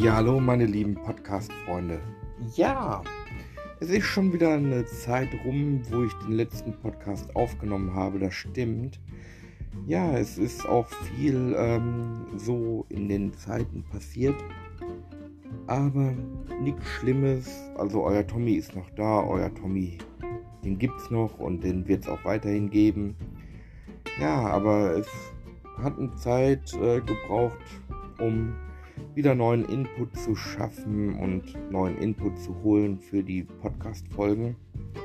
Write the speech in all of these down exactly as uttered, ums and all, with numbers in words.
Ja, hallo meine lieben Podcast-Freunde. Ja, es ist schon wieder eine Zeit rum, wo ich den letzten Podcast aufgenommen habe, das stimmt. Ja, es ist auch viel ähm, so in den Zeiten passiert, aber nichts Schlimmes. Also euer Tommy ist noch da, euer Tommy, den gibt's noch und den wird es auch weiterhin geben. Ja, aber es hat eine Zeit äh, gebraucht, um wieder neuen Input zu schaffen und neuen Input zu holen für die Podcast-Folgen.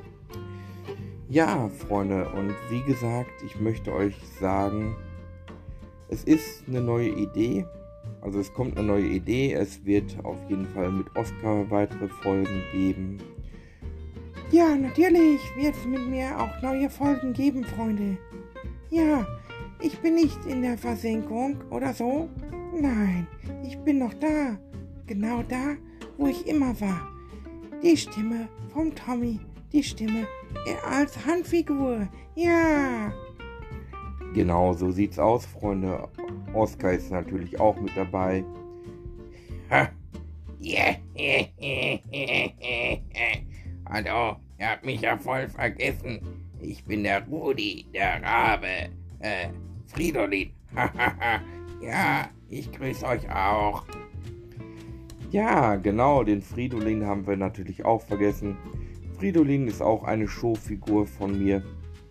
Ja, Freunde, und wie gesagt, ich möchte euch sagen, es ist eine neue Idee, also es kommt eine neue Idee, es wird auf jeden Fall mit Oskar weitere Folgen geben. Ja, natürlich wird es mit mir auch neue Folgen geben, Freunde. Ja, ich bin nicht in der Versenkung oder so. Nein, ich bin noch da. Genau da, wo ich immer war. Die Stimme vom Tommy. Die Stimme als Handfigur. Ja. Genau, so sieht's aus, Freunde. Oskar ist natürlich auch mit dabei. Ha. Yeah. Hallo, ihr habt mich ja voll vergessen. Ich bin der Rudi, der Rabe. Äh, Fridolin. Ja, ich grüße euch auch. Ja, genau, den Fridolin haben wir natürlich auch vergessen. Fridolin ist auch eine Showfigur von mir.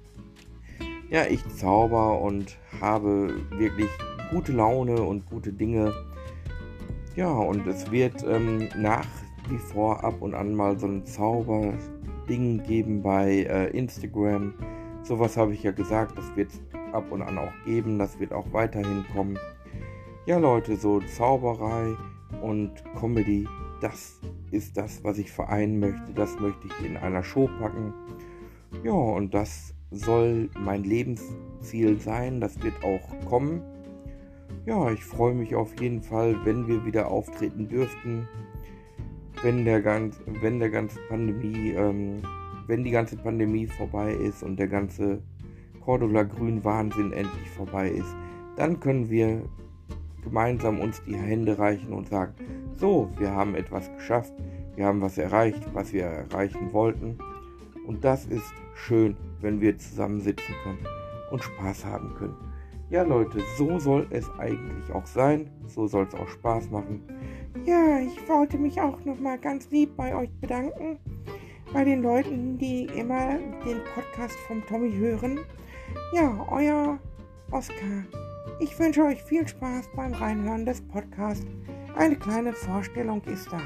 Ja, ich zauber und habe wirklich gute Laune und gute Dinge. Ja, und es wird ähm, nach wie vor ab und an mal so ein Zauberding geben bei äh, Instagram. Sowas habe ich ja gesagt, das wird es ab und an auch geben, das wird auch weiterhin kommen. Ja Leute, so Zauberei und Comedy, das ist das, was ich vereinen möchte, das möchte ich in einer Show packen. Ja, und das soll mein Lebensziel sein, das wird auch kommen. Ja, ich freue mich auf jeden Fall, wenn wir wieder auftreten dürften, wenn der ganz, wenn der ganze Pandemie, ähm, wenn die ganze Pandemie vorbei ist und der ganze Cordula Grün Wahnsinn endlich vorbei ist, dann können wir gemeinsam uns die Hände reichen und sagen, so, wir haben etwas geschafft, wir haben was erreicht, was wir erreichen wollten. Und das ist schön, wenn wir zusammensitzen können und Spaß haben können. Ja Leute, so soll es eigentlich auch sein, so soll es auch Spaß machen. Ja, ich wollte mich auch nochmal ganz lieb bei euch bedanken, bei den Leuten, die immer den Podcast vom Tommy hören. Ja, euer Oskar. Ich wünsche euch viel Spaß beim Reinhören des Podcasts. Eine kleine Vorstellung ist das.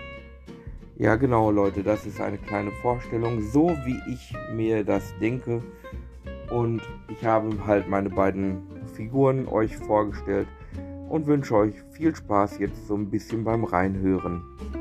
Ja genau Leute, das ist eine kleine Vorstellung, so wie ich mir das denke. Und ich habe halt meine beiden Figuren euch vorgestellt und wünsche euch viel Spaß jetzt so ein bisschen beim Reinhören.